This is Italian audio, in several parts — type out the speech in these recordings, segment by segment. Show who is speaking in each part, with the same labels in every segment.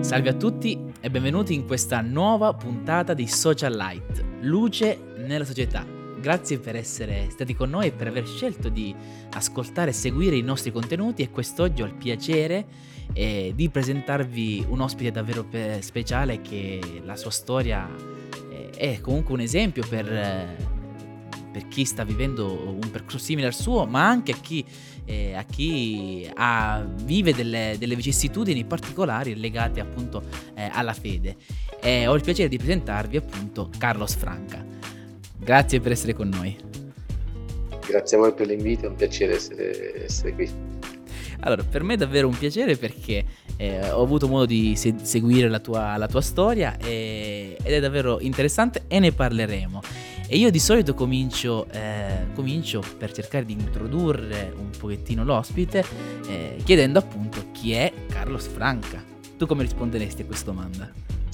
Speaker 1: Salve a tutti e benvenuti in questa nuova puntata di Social Light, luce nella società. Grazie per essere stati con noi e per aver scelto di ascoltare e seguire i nostri contenuti, e quest'oggi ho il piacere di presentarvi un ospite davvero speciale, che la sua storia è comunque un esempio per chi sta vivendo un percorso simile al suo, ma anche a chi vive delle vicissitudini particolari legate appunto alla fede. Ho il piacere di presentarvi appunto Carlos Franca. Grazie per essere con noi.
Speaker 2: Grazie a voi per l'invito, è un piacere essere qui.
Speaker 1: Allora, per me è davvero un piacere perché ho avuto modo di seguire la tua storia ed è davvero interessante, e ne parleremo. E io di solito comincio per cercare di introdurre un pochettino l'ospite, chiedendo appunto chi è Carlos Franca. Tu come risponderesti a questa domanda?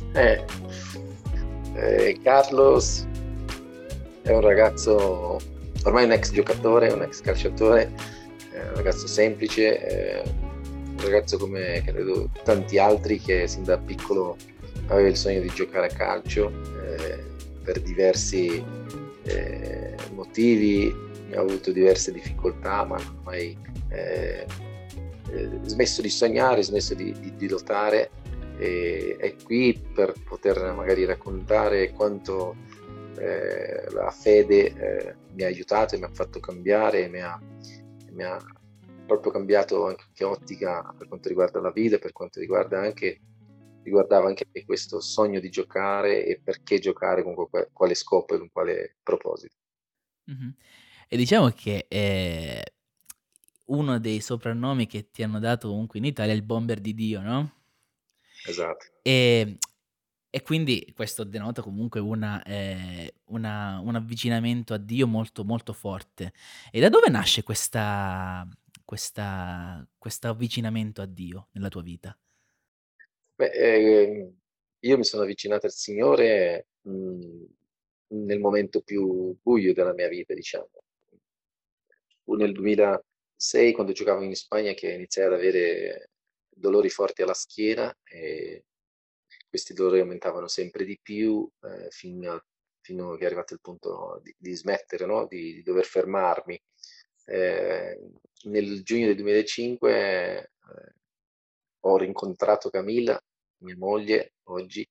Speaker 2: Carlos è un ragazzo, ormai un ex giocatore, un ex calciatore, un ragazzo semplice, un ragazzo come credo tanti altri che sin da piccolo aveva il sogno di giocare a calcio. Per diversi motivi ha avuto diverse difficoltà, ma non ha mai smesso di sognare, smesso di lottare, e è qui per poter magari raccontare quanto la fede mi ha aiutato e mi ha fatto cambiare, e mi ha proprio cambiato anche ottica per quanto riguarda la vita, per quanto riguardava anche questo sogno di giocare, e perché giocare, con quale scopo e con quale proposito.
Speaker 1: Mhm. E diciamo che uno dei soprannomi che ti hanno dato comunque in Italia è il bomber di Dio, no?
Speaker 2: Esatto.
Speaker 1: E e quindi questo denota comunque un avvicinamento a Dio molto, molto forte. E da dove nasce questo avvicinamento a Dio nella tua vita?
Speaker 2: Beh, io mi sono avvicinato al Signore, nel momento più buio della mia vita, diciamo. Fu nel 2006, quando giocavo in Spagna, che iniziai ad avere dolori forti alla schiena, e questi dolori aumentavano sempre di più, fino che è arrivato il punto di smettere, no, di dover fermarmi. Nel giugno del 2005, ho rincontrato Camilla, mia moglie oggi.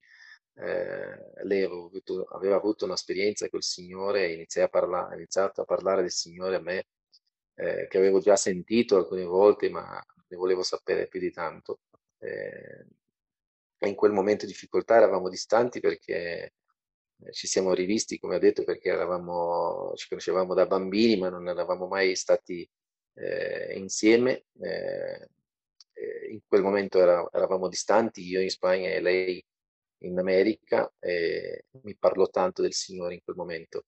Speaker 2: Lei aveva avuto un'esperienza col Signore, e ha iniziato a parlare del Signore a me, che avevo già sentito alcune volte, ma ne volevo sapere più di tanto. E in quel momento di difficoltà eravamo distanti, perché ci siamo rivisti, come ho detto, perché ci conoscevamo da bambini, ma non eravamo mai stati insieme. In quel momento eravamo distanti, io in Spagna e lei in America, e mi parlò tanto del Signore in quel momento.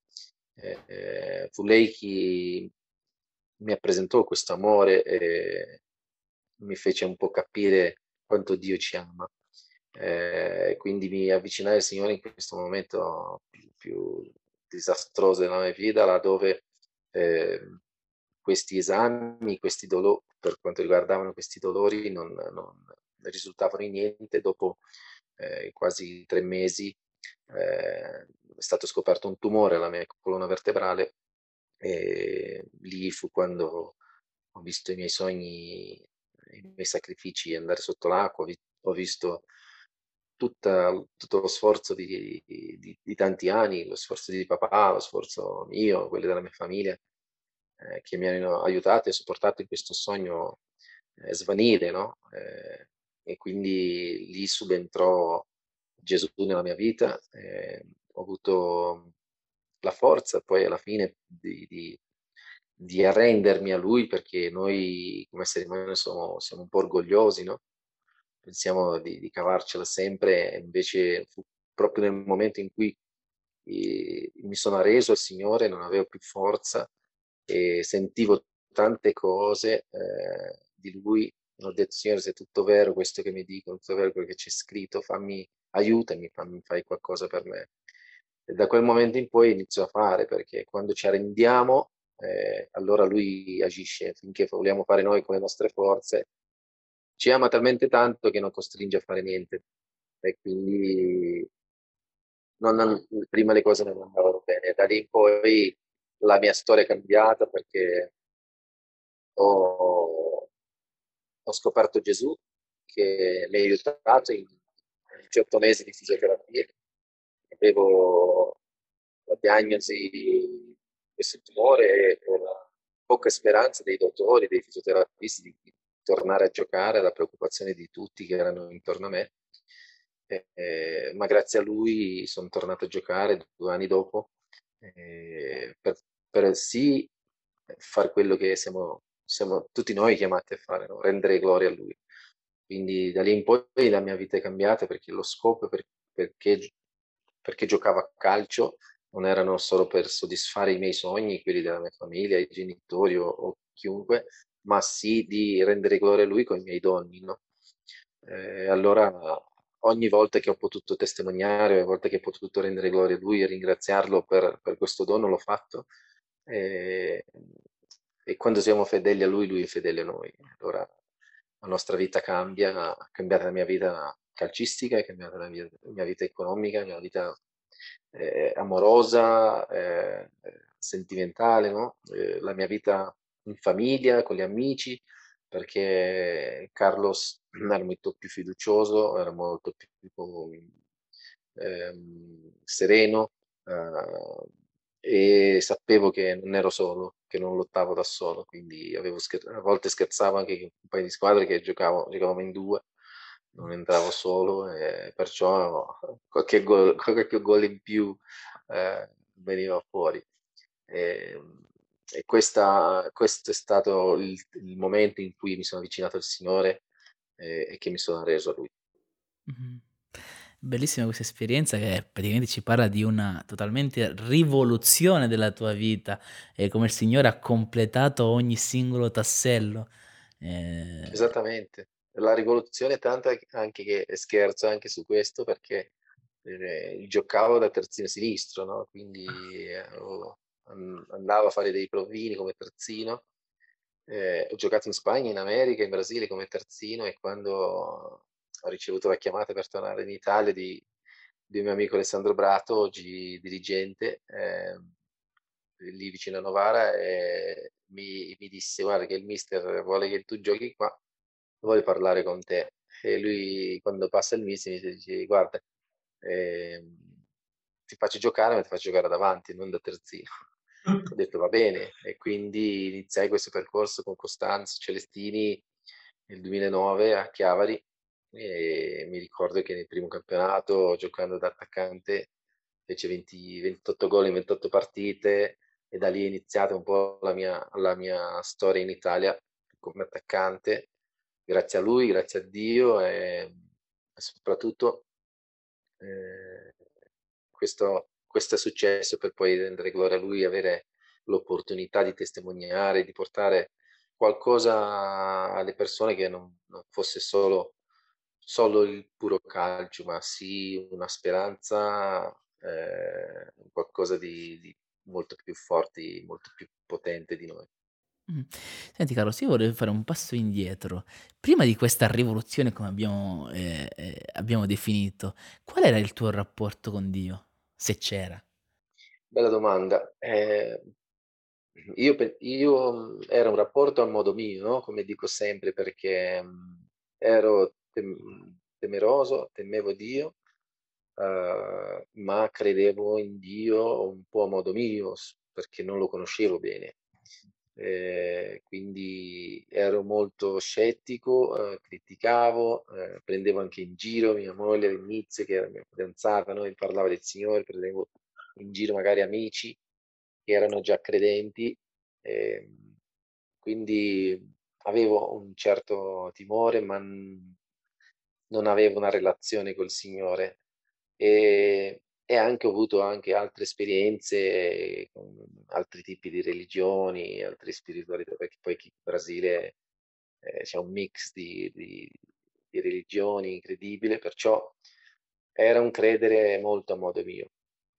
Speaker 2: Fu lei chi mi presentò questo amore, e mi fece un po' capire quanto Dio ci ama. Quindi mi avvicinai al Signore in questo momento più disastroso della mia vita, laddove questi esami, per quanto riguardavano questi dolori, non risultavano in niente. Dopo quasi 3 mesi è stato scoperto un tumore alla mia colonna vertebrale, e lì fu quando ho visto i miei sogni, i miei sacrifici andare sotto l'acqua. Ho visto tutto lo sforzo di tanti anni, lo sforzo di papà, lo sforzo mio, quello della mia famiglia, che mi hanno aiutato e supportato in questo sogno svanire, no, e quindi lì subentrò Gesù nella mia vita. Ho avuto la forza poi alla fine di arrendermi a Lui, perché noi come esseri umani siamo un po' orgogliosi, no, pensiamo di cavarcela sempre, e invece fu proprio nel momento in cui mi sono arreso al Signore, non avevo più forza e sentivo tante cose di Lui. Ho detto: "Signore, se è tutto vero questo che mi dicono, tutto vero quello che c'è scritto, aiutami, fai qualcosa per me". E da quel momento in poi inizio a fare, perché quando ci arrendiamo, allora Lui agisce. Finché vogliamo fare noi con le nostre forze, ci ama talmente tanto che non costringe a fare niente. e quindi prima le cose non andavano bene. Da lì in poi la mia storia è cambiata perché ho, ho scoperto Gesù che mi ha aiutato in 18 mesi di fisioterapia. Avevo la diagnosi di questo tumore e con poca speranza dei dottori, dei fisioterapisti di tornare a giocare, la preoccupazione di tutti che erano intorno a me. Ma grazie a lui sono tornato a giocare 2 anni dopo, per sì fare quello che siamo tutti noi chiamati a fare, no? Rendere gloria a lui. Quindi da lì in poi la mia vita è cambiata perché lo scopo perché, perché giocavo a calcio non erano solo per soddisfare i miei sogni, quelli della mia famiglia, i genitori o chiunque, ma sì di rendere gloria a lui con i miei doni, no? Allora ogni volta che ho potuto testimoniare, ogni volta che ho potuto rendere gloria a lui e ringraziarlo per questo dono, l'ho fatto. E, e quando siamo fedeli a lui, lui è fedele a noi. Allora la nostra vita cambia, è cambiata la mia vita calcistica, è cambiata la mia vita economica, la mia vita amorosa, sentimentale, no? La mia vita in famiglia, con gli amici, perché Carlos era molto più fiducioso, era molto più sereno, e sapevo che non ero solo, che non lottavo da solo, quindi a volte scherzavo anche con un paio di squadre che giocavamo in due, non entravo solo e perciò qualche gol in più veniva fuori. E, questo è stato il momento in cui mi sono avvicinato al Signore e che mi sono reso a Lui.
Speaker 1: Mh-mh. Bellissima questa esperienza che praticamente ci parla di una totalmente rivoluzione della tua vita e come il Signore ha completato ogni singolo tassello. Ehm
Speaker 2: Esattamente. La rivoluzione è tanta anche che scherzo anche su questo perché giocavo da terzino sinistro, no? Quindi andavo a fare dei provini come terzino. Ho giocato in Spagna, in America, in Brasile come terzino e quando ho ricevuto la chiamata per tornare in Italia di un mio amico Alessandro Brato, oggi dirigente, lì vicino a Novara, e mi disse: Guarda, che il mister vuole che tu giochi qua, vuole parlare con te. E lui, quando passa il mister, mi dice: Guarda, ehm, ti faccio giocare, ma ti faccio giocare davanti, non da terzino. Ho detto va bene, e quindi iniziai questo percorso con Costanzo Celestini nel 2009 a Chiavari e mi ricordo che nel primo campionato, giocando da attaccante, fece 28 gol in 28 partite e da lì è iniziata un po' la mia storia in Italia come attaccante, grazie a lui, grazie a Dio e soprattutto eh, questo è successo per poi rendere gloria a lui, avere l'opportunità di testimoniare, di portare qualcosa alle persone che non fosse solo il puro calcio, ma sì una speranza, qualcosa di molto più forte, molto più potente di noi.
Speaker 1: Mh. Senti Carlos, io vorrei fare un passo indietro. Prima di questa rivoluzione come abbiamo definito, qual era il tuo rapporto con Dio? Se c'era.
Speaker 2: Bella domanda. Era un rapporto a modo mio, no? Come dico sempre, perché ero temeroso, temevo Dio, ma credevo in Dio un po' a modo mio, perché non lo conoscevo bene. Quindi ero molto scettico, criticavo, prendevo anche in giro mia moglie all'inizio, che era mia fidanzata, no? E parlava del Signore, prendevo in giro magari amici che erano già credenti, quindi avevo un certo timore, ma non avevo una relazione col Signore. E anche ho avuto anche altre esperienze con altri tipi di religioni, altre spiritualità, perché poi qui in Brasile c'è un mix di religioni incredibile, perciò era un credere molto a modo mio.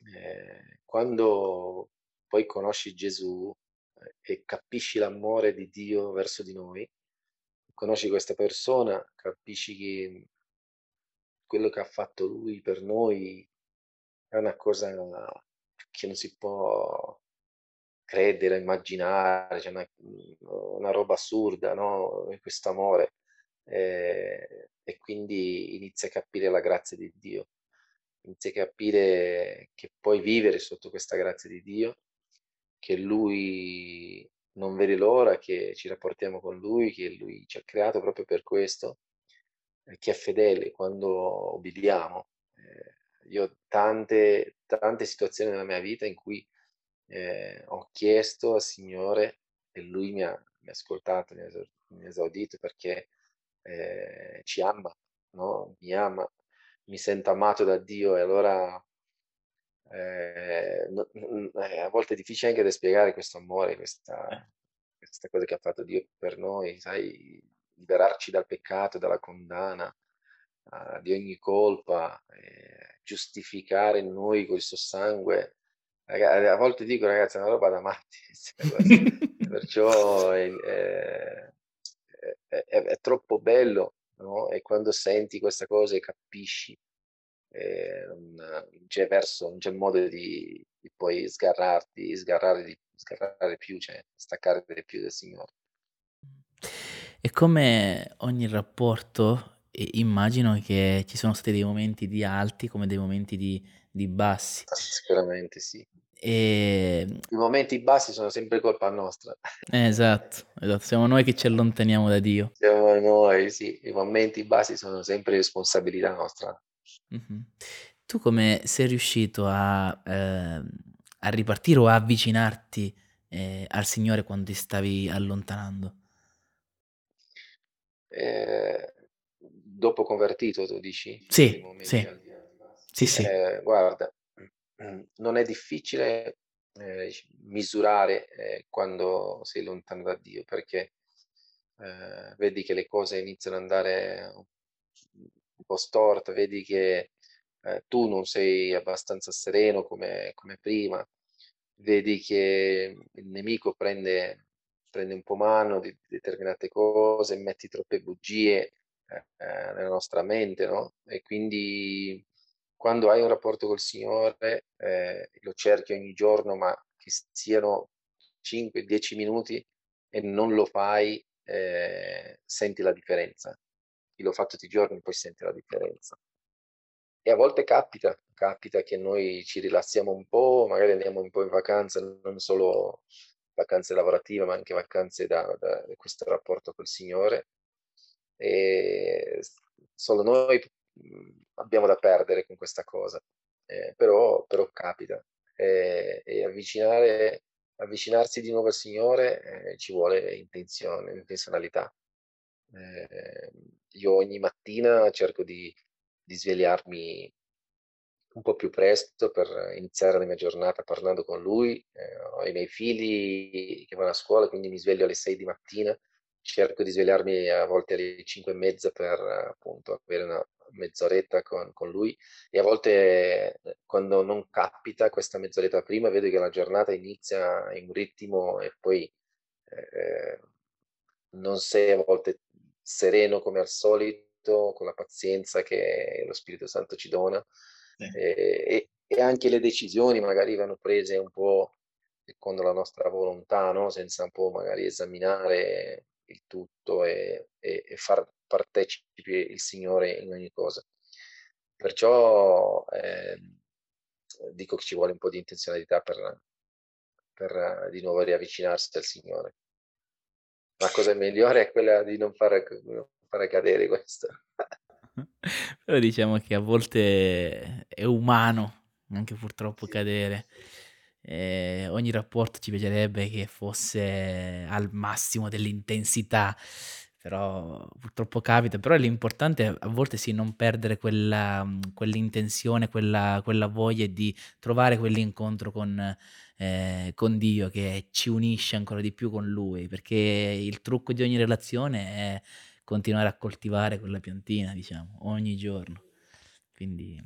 Speaker 2: Quando poi conosci Gesù e capisci l'amore di Dio verso di noi, conosci questa persona, capisci quello che ha fatto lui per noi è una cosa che non si può credere, immaginare, cioè una roba assurda, no, questo amore. E quindi inizi a capire la grazia di Dio, inizi a capire che puoi vivere sotto questa grazia di Dio, che Lui non vede l'ora che ci rapportiamo con Lui, che Lui ci ha creato proprio per questo, che è fedele quando obbediamo. Io ho tante situazioni nella mia vita in cui ho chiesto al Signore e Lui mi ha ascoltato, mi ha esaudito perché ci ama, no? Mi ama, mi sento amato da Dio e allora a volte è difficile anche da spiegare questo amore, questa cosa che ha fatto Dio per noi, sai, liberarci dal peccato, dalla condanna, di ogni colpa, giustificare noi col suo sangue. A volte dico ragazzi, è una roba da matti questa cosa. Perciò è troppo bello, no? E quando senti questa cosa e capisci non c'è verso, non c'è modo di poi sgarrare più, cioè staccare di più dal Signore.
Speaker 1: E come ogni rapporto, immagino che ci sono stati dei momenti di alti come dei momenti di bassi.
Speaker 2: Sicuramente sì.
Speaker 1: Ehm
Speaker 2: I momenti bassi sono sempre colpa nostra.
Speaker 1: esatto, esatto, siamo noi che ci allontaniamo da Dio.
Speaker 2: Siamo noi, sì, i momenti bassi sono sempre responsabilità nostra.
Speaker 1: Mh-mh. Tu come sei riuscito a ripartire o a avvicinarti, al Signore quando ti stavi allontanando?
Speaker 2: Dopo convertito tu dici? Dei
Speaker 1: Sì,
Speaker 2: momenti
Speaker 1: sì,
Speaker 2: alti e bassi?
Speaker 1: sì, sì.
Speaker 2: Guarda, non è difficile, misurare, quando sei lontano da Dio, perché, vedi che le cose iniziano ad andare un po' storte, vedi che, tu non sei abbastanza sereno come prima, vedi che il nemico prende un po' mano di determinate cose, metti troppe bugie, nella nostra mente, no, e quindi quando hai un rapporto col Signore, lo cerchi ogni giorno, ma che siano 5, 10 minuti e non lo fai, senti la differenza. Chi lo fa tutti i giorni poi sente la differenza. E a volte capita che noi ci rilassiamo un po', magari andiamo un po' in vacanza, non solo vacanze lavorative, ma anche vacanze da questo rapporto col Signore. Solo noi, abbiamo da perdere con questa cosa, però capita. E avvicinarsi di nuovo al Signore, ci vuole intenzionalità. Io ogni mattina cerco di svegliarmi un po' più presto per iniziare la mia giornata parlando con lui. Ho i miei figli che vanno a scuola, quindi mi sveglio alle 6 di mattina, cerco di svegliarmi a volte alle 5 e mezza per appunto avere una mezz'oretta con lui e a volte, quando non capita questa mezz'oretta prima, vedo che la giornata inizia in un ritmo e poi, ehm, non sei a volte sereno come al solito, con la pazienza che lo Spirito Santo ci dona,
Speaker 1: Sì.
Speaker 2: e anche le decisioni magari vanno prese un po' secondo la nostra volontà, no, senza un po' magari esaminare il tutto e far partecipi il Signore in ogni cosa. Perciò, dico che ci vuole un po' di intenzionalità per di nuovo riavvicinarsi al Signore. La cosa migliore è quella di non fare cadere questo.
Speaker 1: Però diciamo che a volte è umano anche purtroppo
Speaker 2: Sì,
Speaker 1: cadere.
Speaker 2: sì.
Speaker 1: Ogni rapporto ci piacerebbe che fosse al massimo dell'intensità, però purtroppo capita. Però l'importante è a volte sì, non perdere quell'intenzione, quella voglia di trovare quell'incontro con Dio che ci unisce ancora di più con Lui, perché il trucco di ogni relazione è continuare a coltivare quella piantina, diciamo, ogni giorno. Quindi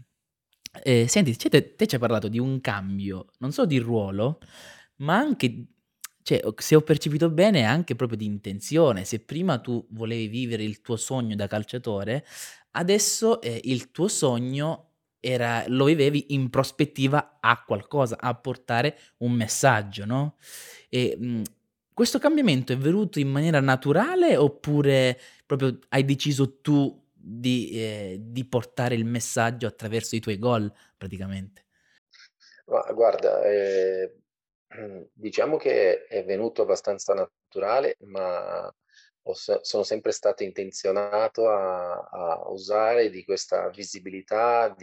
Speaker 1: senti, te ci hai parlato di un cambio, non solo di ruolo, ma anche Cioè, se ho percepito bene è anche proprio di intenzione. Se prima tu volevi vivere il tuo sogno da calciatore, adesso, il tuo sogno lo vivevi in prospettiva a qualcosa, a portare un messaggio, no, e, questo cambiamento è venuto in maniera naturale oppure proprio hai deciso tu di portare il messaggio attraverso i tuoi gol praticamente?
Speaker 2: Ma guarda, diciamo che è venuto abbastanza naturale, ma sono sempre stato intenzionato a usare di questa visibilità,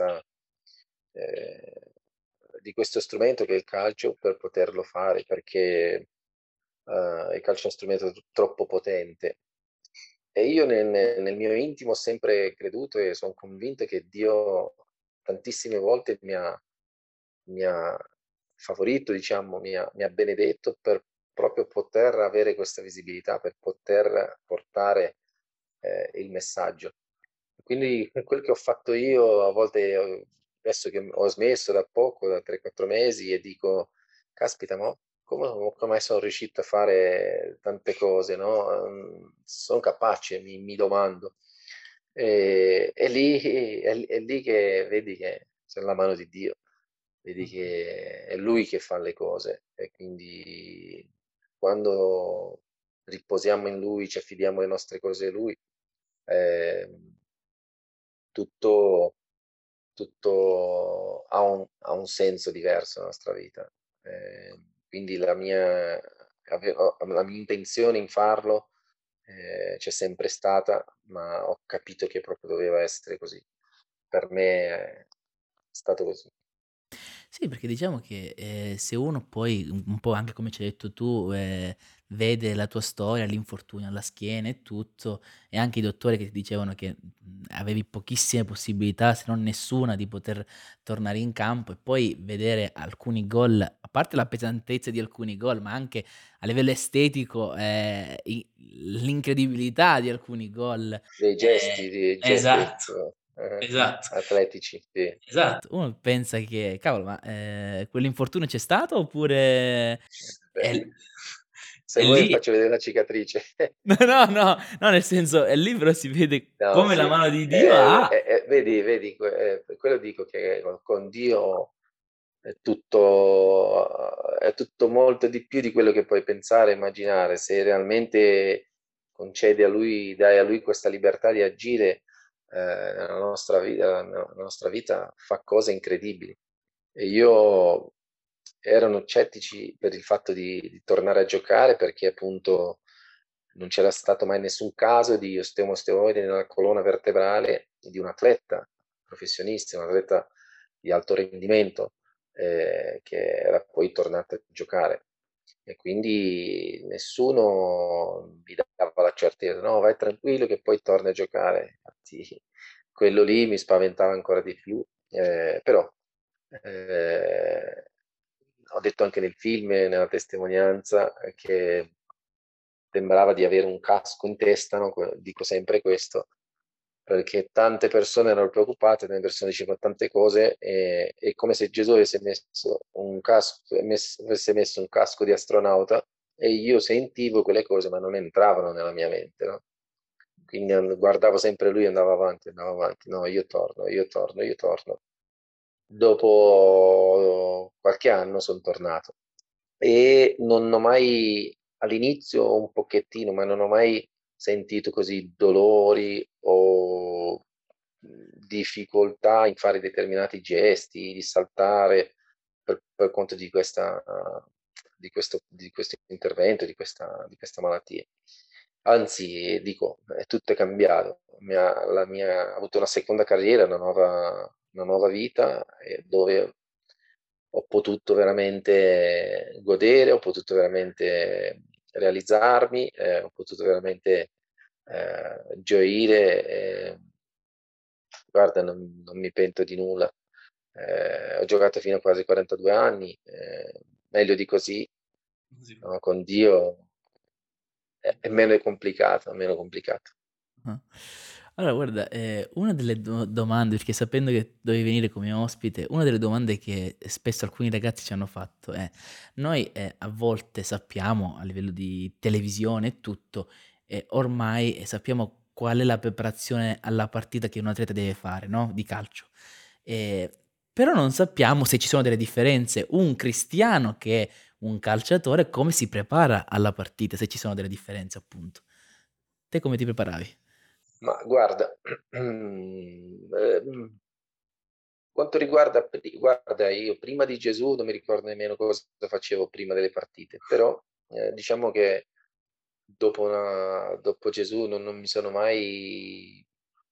Speaker 2: ehm, di questo strumento che è il calcio per poterlo fare, perché, il calcio è uno strumento troppo potente. E io nel mio intimo ho sempre creduto e son convinto che Dio tantissime volte mi ha favorito, diciamo, mi ha benedetto per proprio poter avere questa visibilità, per poter portare, il messaggio. Quindi quel che ho fatto io a volte adesso che ho smesso da poco, da 3, 4 mesi e dico: "Caspita, ma come mai sono riuscito a fare tante cose, no, son capace, mi domando." È lì che vedi che c'è la mano di Dio, vedi
Speaker 1: Mh-mh.
Speaker 2: che è Lui che fa le cose e quindi quando riposiamo in Lui, ci affidiamo le nostre cose a Lui, ehm, tutto tutto ha un senso diverso nella nostra vita. Quindi la mia intenzione in farlo, c'è sempre stata, ma ho capito che proprio doveva essere così. Per me è stato così.
Speaker 1: Sì, perché diciamo che, se uno poi, un po' anche come ci hai detto tu, vede la tua storia, l'infortunio alla schiena e tutto, e anche i dottori che ti dicevano che, avevi pochissime possibilità, se non nessuna, di poter tornare in campo e poi vedere alcuni gol, a parte la pesantezza di alcuni gol, ma anche a livello estetico, i l'incredibilità di alcuni gol.
Speaker 2: Dei gesti,
Speaker 1: Esatto, esatto.
Speaker 2: atletici, sì.
Speaker 1: Esatto, uno pensa che: "Cavolo, ma, quell'infortunio c'è stato oppure è l
Speaker 2: Se
Speaker 1: è
Speaker 2: vuoi
Speaker 1: lì?"
Speaker 2: faccio vedere la cicatrice.
Speaker 1: No, nel senso è lì però si vede
Speaker 2: No,
Speaker 1: come
Speaker 2: sì.
Speaker 1: la mano di Dio ha.
Speaker 2: Vedi per quello dico che con Dio è tutto molto di più di quello che puoi pensare e immaginare. Se realmente concedi a Lui dai a Lui questa libertà di agire, nella nostra vita fa cose incredibili. E io erano scettici per il fatto di tornare a giocare perché appunto non c'era stato mai nessun caso di osteomosteoide nella colonna vertebrale di un atleta professionista, un atleta di alto rendimento, che era poi tornato a giocare. E quindi nessuno mi dava la certezza: "No, vai tranquillo che poi torni a giocare." Infatti quello lì mi spaventava ancora di più, però Ehm, ho detto anche nel film e nella testimonianza, che sembrava di avere un casco in testa, no, dico sempre questo, perché tante persone erano preoccupate, tante persone dicevano tante cose, è come se Gesù avesse messo un casco di astronauta e io sentivo quelle cose, ma non entravano nella mia mente, no, quindi guardavo sempre lui e andavo avanti, andavo avanti: "No, io torno, io torno, io torno." Dopo qualche anno son tornato e non ho mai all'inizio un pochettino, ma non ho mai sentito così dolori o, difficoltà in fare determinati gesti, di saltare per conto di questo intervento, di questa malattia. Anzi, dico, tutto è cambiato. Ha avuto una seconda carriera, una nuova vita, dove ho potuto veramente godere, ho potuto veramente realizzarmi, ho potuto veramente, gioire, guarda non mi pento di nulla. Ho giocato fino a quasi 42 anni, meglio di così, no, con Dio è meno complicato, meno complicato.
Speaker 1: Ah. Allora guarda, una delle domande, perché sapendo che dovevi venire come ospite, una delle domande che spesso alcuni ragazzi ci hanno fatto è: noi, a volte sappiamo a livello di televisione e tutto, ormai, sappiamo qual è la preparazione alla partita che un atleta deve fare, no, di calcio. Ehm, Però non sappiamo se ci sono delle differenze. Un cristiano che è un calciatore come si prepara alla partita, se ci sono delle differenze appunto. Te come ti preparavi?
Speaker 2: Ma guarda, quanto guarda, io prima di Gesù non mi ricordo nemmeno cosa facevo prima delle partite, però, diciamo che dopo Gesù non mi sono mai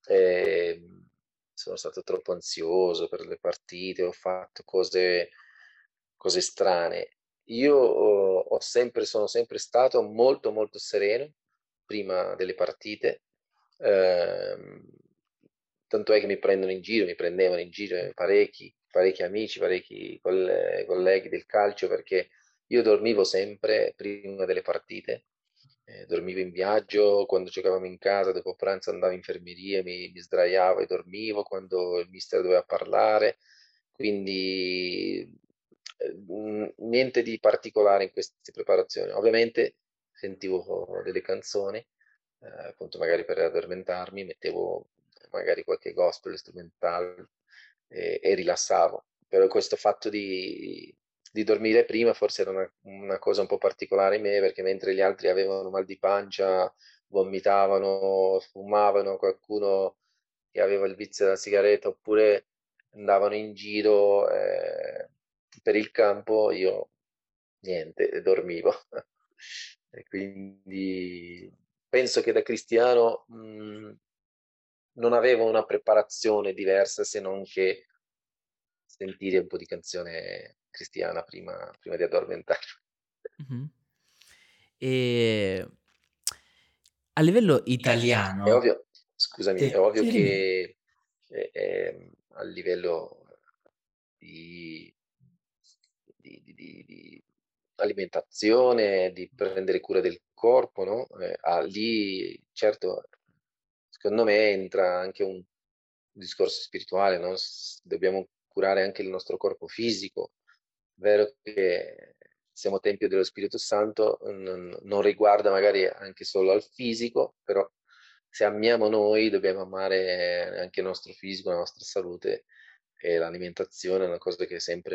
Speaker 2: sono stato troppo ansioso per le partite, ho fatto cose strane. Io ho sempre sono sempre stato molto, molto sereno prima delle partite, ehm, tanto è che mi prendevano in giro parecchi amici, parecchi colleghi del calcio, perché io dormivo sempre prima delle partite, dormivo in viaggio, quando giocavamo in casa, dopo pranzo andavo in infermeria, mi sdraiavo e dormivo quando il mister doveva parlare, quindi niente di particolare in queste preparazioni. Ovviamente sentivo delle canzoni, appunto magari per addormentarmi, mettevo magari qualche gospel strumentale e rilassavo. Però questo fatto di dormire prima forse era una cosa un po' particolare in me, perché mentre gli altri avevano mal di pancia, vomitavano, fumavano, qualcuno che aveva il vizio della sigaretta, oppure andavano in giro per il campo, io niente, dormivo. E quindi penso che da cristiano non avevo una preparazione diversa, se non che sentire un po' di canzone cristiana prima di addormentarmi.
Speaker 1: Mh-mh. Ehm, a livello
Speaker 2: È
Speaker 1: italiano
Speaker 2: ovvio, scusami, è ovvio
Speaker 1: sì, dimmi.
Speaker 2: che, a livello di di alimentazione, di prendere cura del corpo, no, lì certo, secondo me entra anche un discorso spirituale, no, dobbiamo curare anche il nostro corpo fisico. Vero che siamo tempio dello Spirito Santo, non riguarda magari anche solo al fisico, però se amiamo noi dobbiamo amare anche il nostro fisico, la nostra salute, e l'alimentazione è una cosa che sempre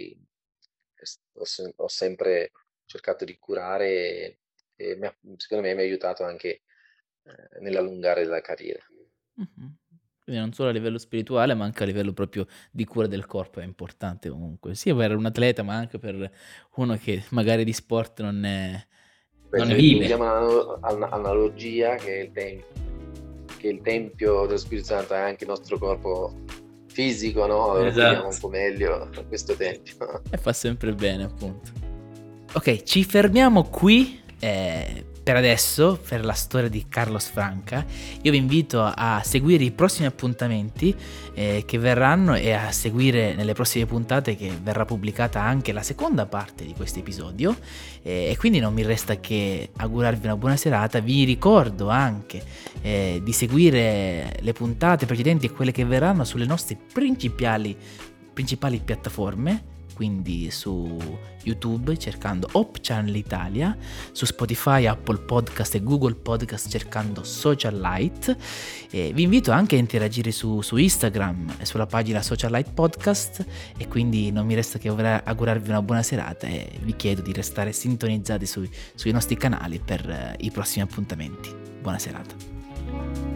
Speaker 2: ho sempre cercato di curare, e secondo me mi ha aiutato anche nell'allungare la carriera.
Speaker 1: Mh-mh. Quindi non solo a livello spirituale, ma anche a livello proprio di cura del corpo è importante comunque, sia per un atleta, ma anche per uno che magari di sport non ne vive.
Speaker 2: Usiamo analogia che il tempio dello Spirito Santo è anche il nostro corpo fisico, no, allora curiamo un
Speaker 1: Esatto.
Speaker 2: po' meglio questo tempio.
Speaker 1: E fa sempre bene appunto. Ok, ci fermiamo qui per adesso, per la storia di Carlos Franca. Io vi invito a seguire i prossimi appuntamenti che verranno e a seguire nelle prossime puntate, che verrà pubblicata anche la seconda parte di questo episodio, e quindi non mi resta che augurarvi una buona serata. Vi ricordo anche di seguire le puntate precedenti e quelle che verranno sulle nostre principali piattaforme, quindi su YouTube cercando Hope Channel Italia, su Spotify, Apple Podcast e Google Podcast cercando Social Light. Vi invito anche a interagire su Instagram e sulla pagina Social Light Podcast, e quindi non mi resta che augurarvi una buona serata e vi chiedo di restare sintonizzati sui nostri canali per i prossimi appuntamenti. Buona serata.